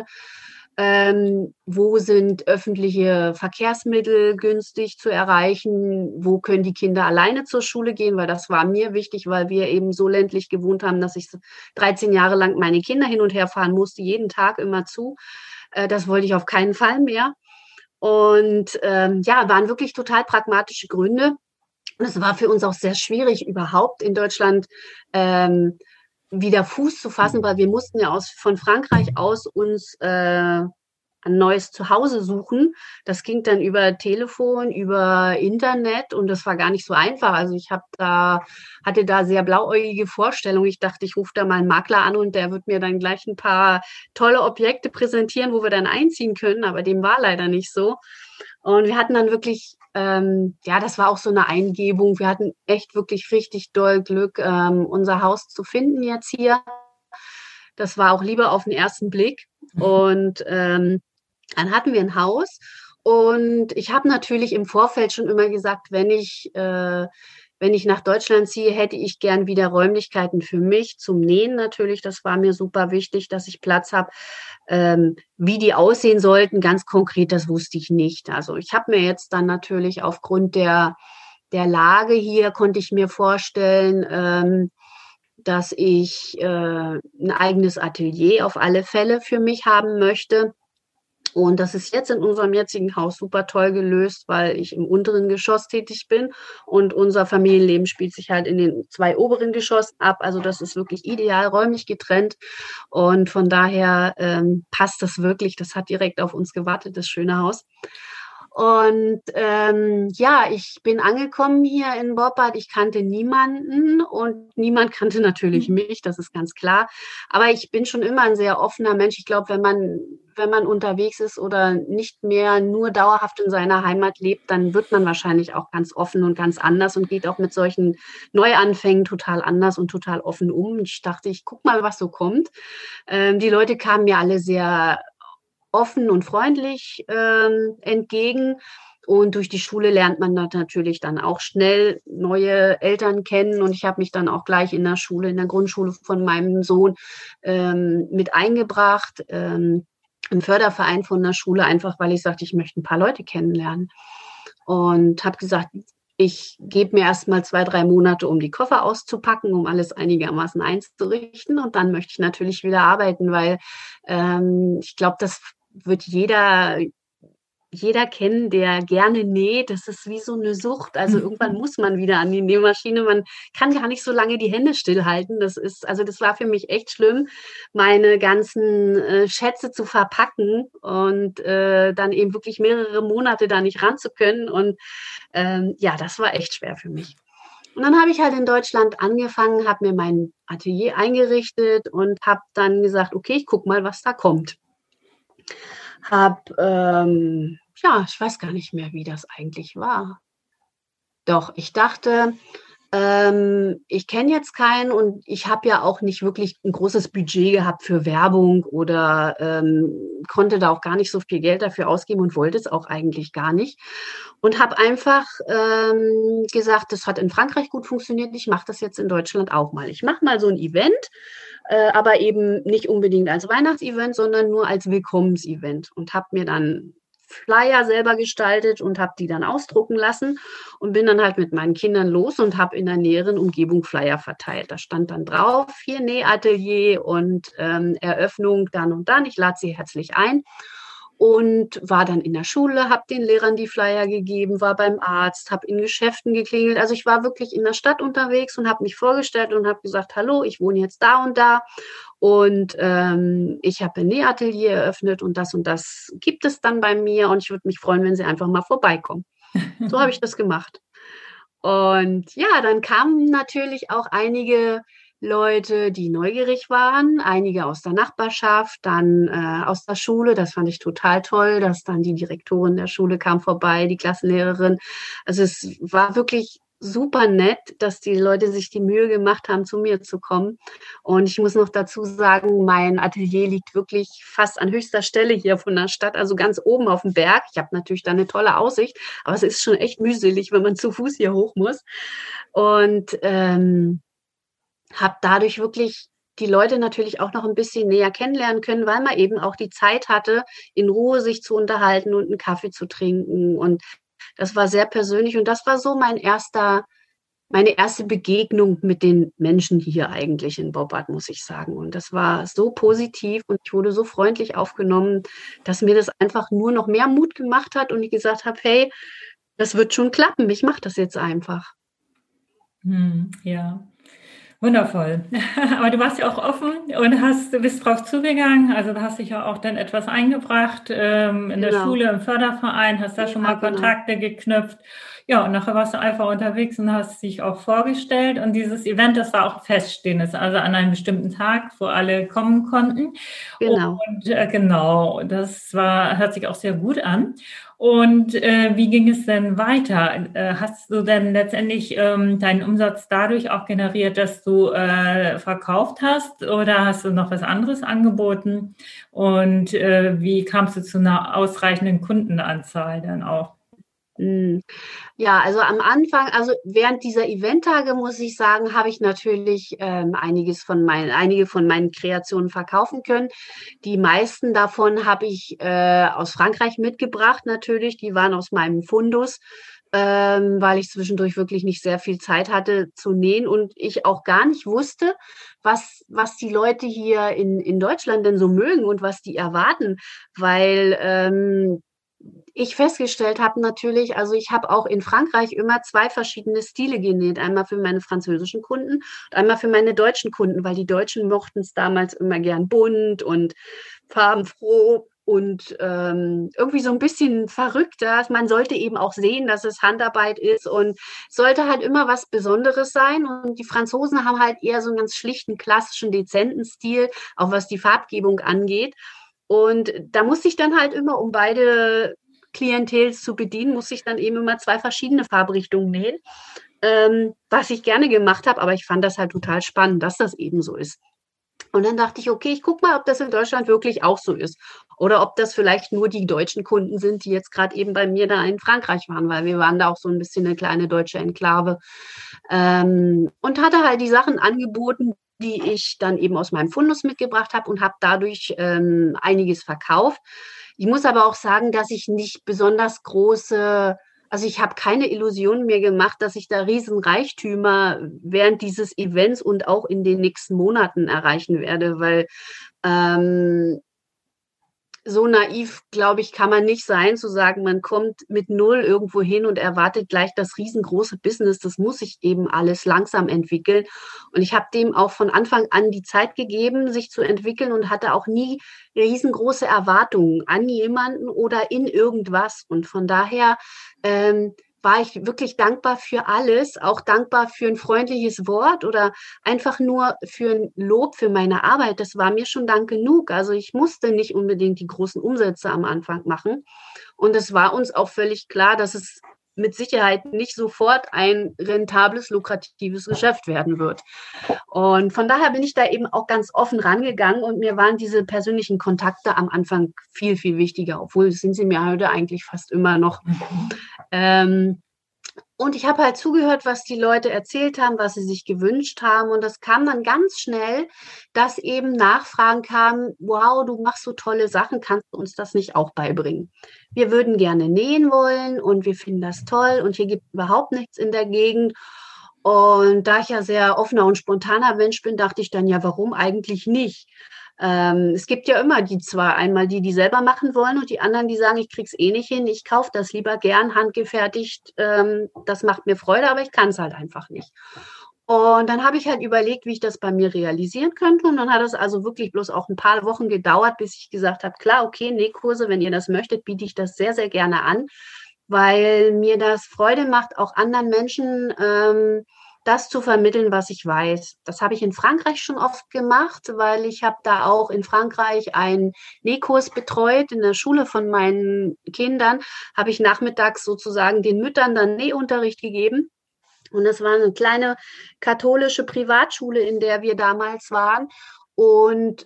B: Wo sind öffentliche Verkehrsmittel günstig zu erreichen? Wo können die Kinder alleine zur Schule gehen? Weil das war mir wichtig, weil wir eben so ländlich gewohnt haben, dass ich 13 Jahre lang meine Kinder hin und her fahren musste, jeden Tag immer zu. Das wollte ich auf keinen Fall mehr. Und waren wirklich total pragmatische Gründe. Und es war für uns auch sehr schwierig, überhaupt in Deutschland wieder Fuß zu fassen, weil wir mussten ja von Frankreich aus uns ein neues Zuhause suchen. Das ging dann über Telefon, über Internet und das war gar nicht so einfach. Also ich hatte da sehr blauäugige Vorstellungen. Ich dachte, ich rufe da mal einen Makler an und der wird mir dann gleich ein paar tolle Objekte präsentieren, wo wir dann einziehen können, aber dem war leider nicht so. Und wir hatten dann wirklich, das war auch so eine Eingebung. Wir hatten echt wirklich richtig doll Glück, unser Haus zu finden jetzt hier. Das war auch Liebe auf den ersten Blick. Und dann hatten wir ein Haus. Und ich habe natürlich im Vorfeld schon immer gesagt, wenn ich nach Deutschland ziehe, hätte ich gern wieder Räumlichkeiten für mich zum Nähen natürlich. Das war mir super wichtig, dass ich Platz habe. Wie die aussehen sollten, ganz konkret, das wusste ich nicht. Also ich habe mir jetzt dann natürlich aufgrund der Lage hier, konnte ich mir vorstellen, dass ich ein eigenes Atelier auf alle Fälle für mich haben möchte. Und das ist jetzt in unserem jetzigen Haus super toll gelöst, weil ich im unteren Geschoss tätig bin und unser Familienleben spielt sich halt in den 2 oberen Geschossen ab. Also das ist wirklich ideal räumlich getrennt und von daher passt das wirklich. Das hat direkt auf uns gewartet, das schöne Haus. Und ja, ich bin angekommen hier in Boppard. Ich kannte niemanden und niemand kannte natürlich mich, das ist ganz klar. Aber ich bin schon immer ein sehr offener Mensch. Ich glaube, wenn man unterwegs ist oder nicht mehr nur dauerhaft in seiner Heimat lebt, dann wird man wahrscheinlich auch ganz offen und ganz anders und geht auch mit solchen Neuanfängen total anders und total offen um. Ich dachte, ich guck mal, was so kommt. Die Leute kamen mir alle sehr offen und freundlich entgegen. Und durch die Schule lernt man natürlich dann auch schnell neue Eltern kennen. Und ich habe mich dann auch gleich in der Schule, in der Grundschule von meinem Sohn mit eingebracht, im Förderverein von der Schule, einfach weil ich sagte, ich möchte ein paar Leute kennenlernen. Und habe gesagt, ich gebe mir erst mal 2, 3 Monate, um die Koffer auszupacken, um alles einigermaßen einzurichten. Und dann möchte ich natürlich wieder arbeiten, weil ich glaube, das wird jeder kennen, der gerne näht. Das ist wie so eine Sucht. Also irgendwann muss man wieder an die Nähmaschine. Man kann gar nicht so lange die Hände stillhalten. Das war für mich echt schlimm, meine ganzen Schätze zu verpacken und dann eben wirklich mehrere Monate da nicht ran zu können. Und ja, das war echt schwer für mich. Und dann habe ich halt in Deutschland angefangen, habe mir mein Atelier eingerichtet und habe dann gesagt, okay, ich gucke mal, was da kommt. Ja, ich weiß gar nicht mehr, wie das eigentlich war. Doch, ich dachte, ich kenne jetzt keinen und ich habe ja auch nicht wirklich ein großes Budget gehabt für Werbung oder konnte da auch gar nicht so viel Geld dafür ausgeben und wollte es auch eigentlich gar nicht. Und habe einfach gesagt, das hat in Frankreich gut funktioniert, ich mache das jetzt in Deutschland auch mal. Ich mache mal so ein Event, aber eben nicht unbedingt als Weihnachtsevent, sondern nur als Willkommensevent und habe mir dann Flyer selber gestaltet und habe die dann ausdrucken lassen und bin dann halt mit meinen Kindern los und habe in der näheren Umgebung Flyer verteilt. Da stand dann drauf, hier Nähatelier und Eröffnung dann und dann. Ich lade Sie herzlich ein. Und war dann in der Schule, habe den Lehrern die Flyer gegeben, war beim Arzt, habe in Geschäften geklingelt. Also ich war wirklich in der Stadt unterwegs und habe mich vorgestellt und habe gesagt, hallo, ich wohne jetzt da und ich habe ein Nähatelier eröffnet und das gibt es dann bei mir und ich würde mich freuen, wenn Sie einfach mal vorbeikommen. So habe ich das gemacht. Und ja, dann kamen natürlich auch einige Leute, die neugierig waren, einige aus der Nachbarschaft, dann aus der Schule. Das fand ich total toll, dass dann die Direktorin der Schule kam vorbei, die Klassenlehrerin. Also es war wirklich super nett, dass die Leute sich die Mühe gemacht haben, zu mir zu kommen. Und ich muss noch dazu sagen, mein Atelier liegt wirklich fast an höchster Stelle hier von der Stadt, also ganz oben auf dem Berg. Ich habe natürlich da eine tolle Aussicht, aber es ist schon echt mühselig, wenn man zu Fuß hier hoch muss. Und habe dadurch wirklich die Leute natürlich auch noch ein bisschen näher kennenlernen können, weil man eben auch die Zeit hatte, in Ruhe sich zu unterhalten und einen Kaffee zu trinken. Und das war sehr persönlich. Und das war so meine erste Begegnung mit den Menschen hier eigentlich in Boppard, muss ich sagen. Und das war so positiv und ich wurde so freundlich aufgenommen, dass mir das einfach nur noch mehr Mut gemacht hat und ich gesagt habe, hey, das wird schon klappen. Ich mache das jetzt einfach.
A: Ja. Wundervoll. Aber du warst ja auch offen und bist drauf zugegangen. Also du hast dich ja auch dann etwas eingebracht in der Schule, im Förderverein, hast da schon mal Kontakte geknüpft. Ja, und nachher warst du einfach unterwegs und hast dich auch vorgestellt. Und dieses Event, das war auch ein feststehendes, also an einem bestimmten Tag, wo alle kommen konnten.
B: Genau.
A: Und genau, hört sich auch sehr gut an. Und wie ging es denn weiter? Hast du denn letztendlich deinen Umsatz dadurch auch generiert, dass du verkauft hast oder hast du noch was anderes angeboten? Und wie kamst du zu einer ausreichenden Kundenanzahl dann auch?
B: Ja, also am Anfang, also während dieser Eventtage, muss ich sagen, habe ich natürlich einige von meinen Kreationen verkaufen können. Die meisten davon habe ich aus Frankreich mitgebracht, natürlich. Die waren aus meinem Fundus. weil ich zwischendurch wirklich nicht sehr viel Zeit hatte zu nähen und ich auch gar nicht wusste, was die Leute hier in Deutschland denn so mögen und was die erwarten, weil ich festgestellt habe natürlich, also ich habe auch in Frankreich immer zwei verschiedene Stile genäht. Einmal für meine französischen Kunden und einmal für meine deutschen Kunden, weil die Deutschen mochten es damals immer gern bunt und farbenfroh und irgendwie so ein bisschen verrückter. Man sollte eben auch sehen, dass es Handarbeit ist und sollte halt immer was Besonderes sein. Und die Franzosen haben halt eher so einen ganz schlichten, klassischen, dezenten Stil, auch was die Farbgebung angeht. Und da musste ich dann halt immer, um beide Klientels zu bedienen, musste ich dann eben immer zwei verschiedene Farbrichtungen nähen, was ich gerne gemacht habe, aber ich fand das halt total spannend, dass das eben so ist. Und dann dachte ich, okay, ich gucke mal, ob das in Deutschland wirklich auch so ist. Oder ob das vielleicht nur die deutschen Kunden sind, die jetzt gerade eben bei mir da in Frankreich waren, weil wir waren da auch so ein bisschen eine kleine deutsche Enklave. Und hatte halt die Sachen angeboten, die ich dann eben aus meinem Fundus mitgebracht habe und habe dadurch einiges verkauft. Ich muss aber auch sagen, dass ich nicht besonders große, also ich habe keine Illusionen mehr gemacht, dass ich da Riesenreichtümer während dieses Events und auch in den nächsten Monaten erreichen werde, weil so naiv, glaube ich, kann man nicht sein, zu sagen, man kommt mit null irgendwo hin und erwartet gleich das riesengroße Business. Das muss sich eben alles langsam entwickeln. Und ich habe dem auch von Anfang an die Zeit gegeben, sich zu entwickeln und hatte auch nie riesengroße Erwartungen an jemanden oder in irgendwas. Und von daher war ich wirklich dankbar für alles, auch dankbar für ein freundliches Wort oder einfach nur für ein Lob für meine Arbeit. Das war mir schon Dank genug. Also ich musste nicht unbedingt die großen Umsätze am Anfang machen. Und es war uns auch völlig klar, dass es mit Sicherheit nicht sofort ein rentables, lukratives Geschäft werden wird. Und von daher bin ich da eben auch ganz offen rangegangen und mir waren diese persönlichen Kontakte am Anfang viel, viel wichtiger, obwohl sind sie mir heute eigentlich fast immer noch. Und ich habe halt zugehört, was die Leute erzählt haben, was sie sich gewünscht haben. Und das kam dann ganz schnell, dass eben Nachfragen kamen, wow, du machst so tolle Sachen, kannst du uns das nicht auch beibringen? Wir würden gerne nähen wollen und wir finden das toll und hier gibt es überhaupt nichts in der Gegend. Und da ich ja sehr offener und spontaner Mensch bin, dachte ich dann, ja, warum eigentlich nicht? Es gibt ja immer die zwei, einmal die selber machen wollen und die anderen, die sagen, ich krieg's eh nicht hin, ich kaufe das lieber gern handgefertigt, das macht mir Freude, aber ich kann es halt einfach nicht. Und dann habe ich halt überlegt, wie ich das bei mir realisieren könnte. Und dann hat es also wirklich bloß auch ein paar Wochen gedauert, bis ich gesagt habe, klar, okay, Nähkurse, wenn ihr das möchtet, biete ich das sehr, sehr gerne an, weil mir das Freude macht, auch anderen Menschen das zu vermitteln, was ich weiß. Das habe ich in Frankreich schon oft gemacht, weil ich habe da auch in Frankreich einen Nähkurs betreut. In der Schule von meinen Kindern habe ich nachmittags sozusagen den Müttern dann Nähunterricht gegeben. Und das war eine kleine katholische Privatschule, in der wir damals waren. Und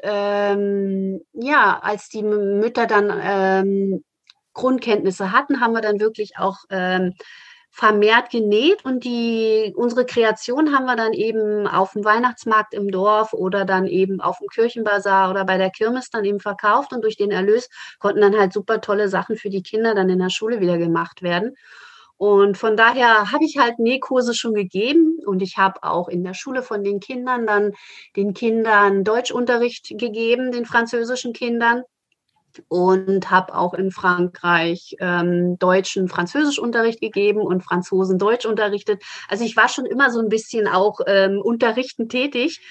B: ja, als die Mütter dann Grundkenntnisse hatten, haben wir dann wirklich auch vermehrt genäht und unsere Kreation haben wir dann eben auf dem Weihnachtsmarkt im Dorf oder dann eben auf dem Kirchenbazar oder bei der Kirmes dann eben verkauft und durch den Erlös konnten dann halt super tolle Sachen für die Kinder dann in der Schule wieder gemacht werden. Und von daher habe ich halt Nähkurse schon gegeben und ich habe auch in der Schule von den Kindern dann den Kindern Deutschunterricht gegeben, den französischen Kindern. Und habe auch in Frankreich Deutschen Französischunterricht gegeben und Franzosen Deutsch unterrichtet. Also ich war schon immer so ein bisschen auch unterrichtend tätig.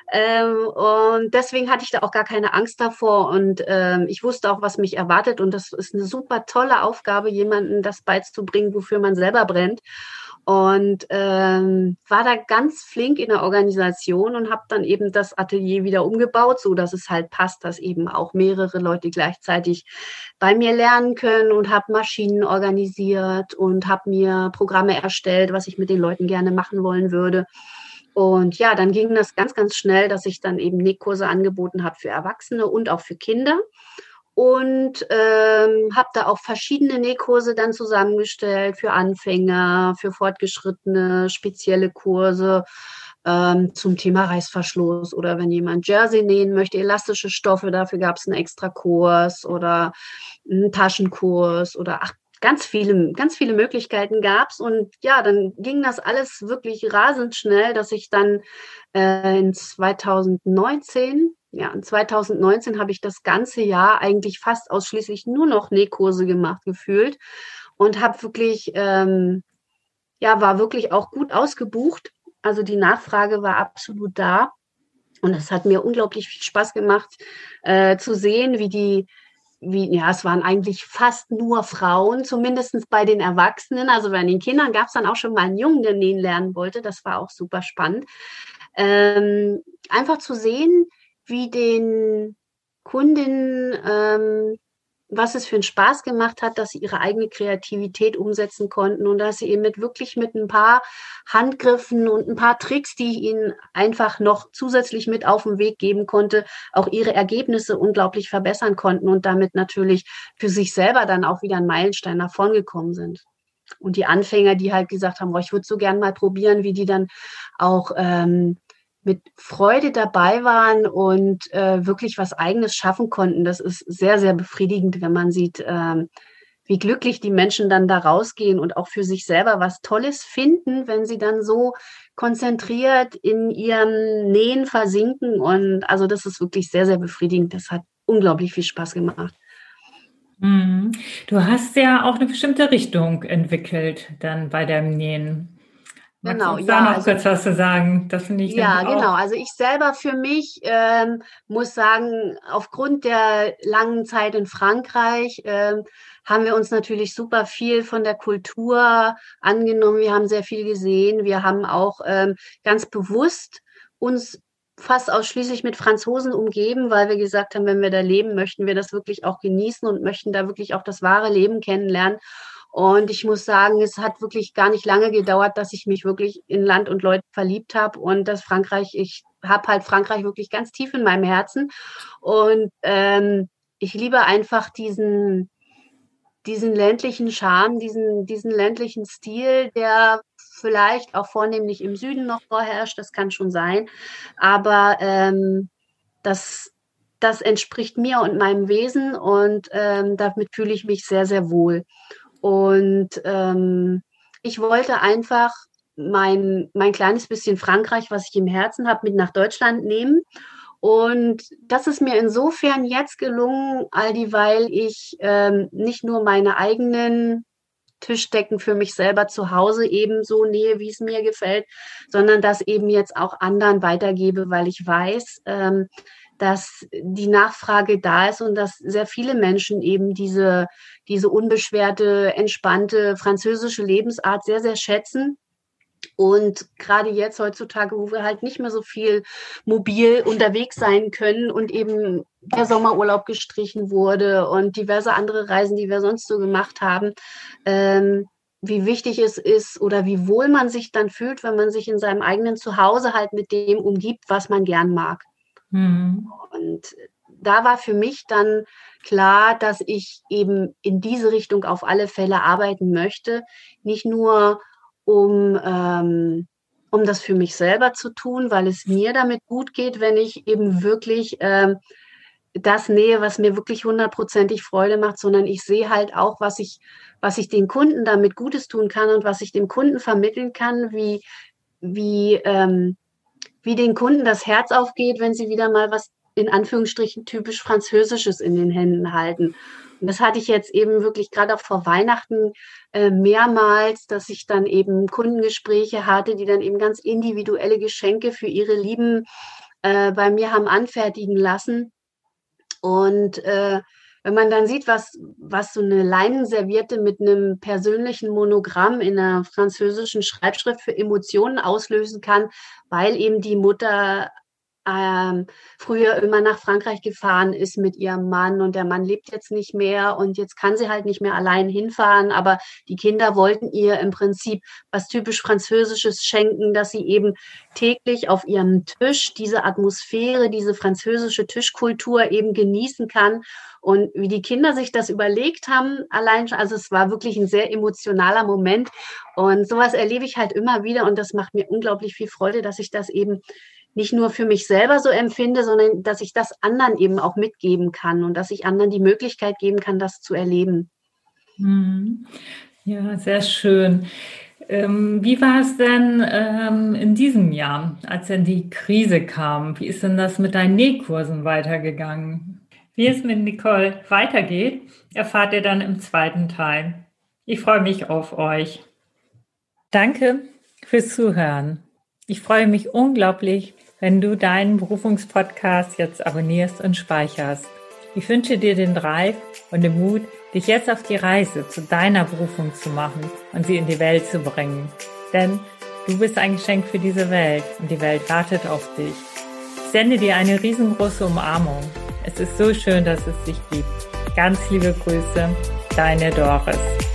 B: Und deswegen hatte ich da auch gar keine Angst davor. Und ich wusste auch, was mich erwartet. Und das ist eine super tolle Aufgabe, jemandem das beizubringen, wofür man selber brennt. Und war da ganz flink in der Organisation und habe dann eben das Atelier wieder umgebaut, so dass es halt passt, dass eben auch mehrere Leute gleichzeitig bei mir lernen können und habe Maschinen organisiert und habe mir Programme erstellt, was ich mit den Leuten gerne machen wollen würde. Und ja, dann ging das ganz, ganz schnell, dass ich dann eben Nähkurse angeboten habe für Erwachsene und auch für Kinder. Und habe da auch verschiedene Nähkurse dann zusammengestellt für Anfänger, für Fortgeschrittene, spezielle Kurse zum Thema Reißverschluss oder wenn jemand Jersey nähen möchte, elastische Stoffe, dafür gab es einen extra Kurs oder einen Taschenkurs oder ganz viele Möglichkeiten gab's. Und ja, dann ging das alles wirklich rasend schnell, dass ich dann in 2019 habe ich das ganze Jahr eigentlich fast ausschließlich nur noch Nähkurse gemacht gefühlt und habe wirklich, war wirklich auch gut ausgebucht. Also die Nachfrage war absolut da. Und es hat mir unglaublich viel Spaß gemacht, zu sehen, es waren eigentlich fast nur Frauen, zumindest bei den Erwachsenen. Also bei den Kindern gab es dann auch schon mal einen Jungen, der nähen lernen wollte. Das war auch super spannend. Einfach zu sehen, wie den Kundinnen, was es für einen Spaß gemacht hat, dass sie ihre eigene Kreativität umsetzen konnten und dass sie eben wirklich mit ein paar Handgriffen und ein paar Tricks, die ich ihnen einfach noch zusätzlich mit auf den Weg geben konnte, auch ihre Ergebnisse unglaublich verbessern konnten und damit natürlich für sich selber dann auch wieder einen Meilenstein nach vorn gekommen sind. Und die Anfänger, die halt gesagt haben, ich würde so gern mal probieren, wie die dann auch mit Freude dabei waren und wirklich was Eigenes schaffen konnten. Das ist sehr, sehr befriedigend, wenn man sieht, wie glücklich die Menschen dann da rausgehen und auch für sich selber was Tolles finden, wenn sie dann so konzentriert in ihrem Nähen versinken. Und also das ist wirklich sehr, sehr befriedigend. Das hat unglaublich viel Spaß gemacht.
A: Du hast ja auch eine bestimmte Richtung entwickelt dann bei deinem Nähen. Magst du
B: Genau,
A: uns da noch kurz was zu sagen? Das finde ich nämlich auch.
B: Genau. Also ich selber für mich muss sagen, aufgrund der langen Zeit in Frankreich haben wir uns natürlich super viel von der Kultur angenommen. Wir haben sehr viel gesehen. Wir haben auch ganz bewusst uns fast ausschließlich mit Franzosen umgeben, weil wir gesagt haben, wenn wir da leben, möchten wir das wirklich auch genießen und möchten da wirklich auch das wahre Leben kennenlernen. Und ich muss sagen, es hat wirklich gar nicht lange gedauert, dass ich mich wirklich in Land und Leute verliebt habe und ich habe halt Frankreich wirklich ganz tief in meinem Herzen. Und ich liebe einfach diesen ländlichen Charme, diesen ländlichen Stil, der vielleicht auch vornehmlich im Süden noch vorherrscht, das kann schon sein. Aber das entspricht mir und meinem Wesen und damit fühle ich mich sehr, sehr wohl. Und ich wollte einfach mein kleines bisschen Frankreich, was ich im Herzen habe, mit nach Deutschland nehmen. Und das ist mir insofern jetzt gelungen, all dieweil ich nicht nur meine eigenen Tischdecken für mich selber zu Hause ebenso nähe, wie es mir gefällt, sondern das eben jetzt auch anderen weitergebe, weil ich weiß, dass die Nachfrage da ist und dass sehr viele Menschen eben diese unbeschwerte, entspannte französische Lebensart sehr, sehr schätzen. Und gerade jetzt heutzutage, wo wir halt nicht mehr so viel mobil unterwegs sein können und eben der Sommerurlaub gestrichen wurde und diverse andere Reisen, die wir sonst so gemacht haben, wie wichtig es ist oder wie wohl man sich dann fühlt, wenn man sich in seinem eigenen Zuhause halt mit dem umgibt, was man gern mag. Und da war für mich dann klar, dass ich eben in diese Richtung auf alle Fälle arbeiten möchte. Nicht nur um das für mich selber zu tun, weil es mir damit gut geht, wenn ich eben wirklich das nähe, was mir wirklich 100%ig Freude macht, sondern ich sehe halt auch, was ich den Kunden damit Gutes tun kann und was ich dem Kunden vermitteln kann, wie den Kunden das Herz aufgeht, wenn sie wieder mal was in Anführungsstrichen typisch Französisches in den Händen halten. Und das hatte ich jetzt eben wirklich gerade auch vor Weihnachten mehrmals, dass ich dann eben Kundengespräche hatte, die dann eben ganz individuelle Geschenke für ihre Lieben bei mir haben anfertigen lassen. Und wenn man dann sieht, was so eine Leinenserviette mit einem persönlichen Monogramm in einer französischen Schreibschrift für Emotionen auslösen kann, weil eben die Mutter früher immer nach Frankreich gefahren ist mit ihrem Mann und der Mann lebt jetzt nicht mehr und jetzt kann sie halt nicht mehr allein hinfahren, aber die Kinder wollten ihr im Prinzip was typisch Französisches schenken, dass sie eben täglich auf ihrem Tisch diese Atmosphäre, diese französische Tischkultur eben genießen kann. Und wie die Kinder sich das überlegt haben, allein schon, also es war wirklich ein sehr emotionaler Moment und sowas erlebe ich halt immer wieder und das macht mir unglaublich viel Freude, dass ich das eben nicht nur für mich selber so empfinde, sondern dass ich das anderen eben auch mitgeben kann und dass ich anderen die Möglichkeit geben kann, das zu erleben.
A: Mhm. Ja, sehr schön. Wie war es denn in diesem Jahr, als denn die Krise kam? Wie ist denn das mit deinen Nähkursen weitergegangen? Wie es mit Nicole weitergeht, erfahrt ihr dann im zweiten Teil. Ich freue mich auf euch. Danke fürs Zuhören. Ich freue mich unglaublich, wenn du deinen Berufungspodcast jetzt abonnierst und speicherst. Ich wünsche dir den Drive und den Mut, dich jetzt auf die Reise zu deiner Berufung zu machen und sie in die Welt zu bringen. Denn du bist ein Geschenk für diese Welt und die Welt wartet auf dich. Ich sende dir eine riesengroße Umarmung. Es ist so schön, dass es dich gibt. Ganz liebe Grüße, deine Doris.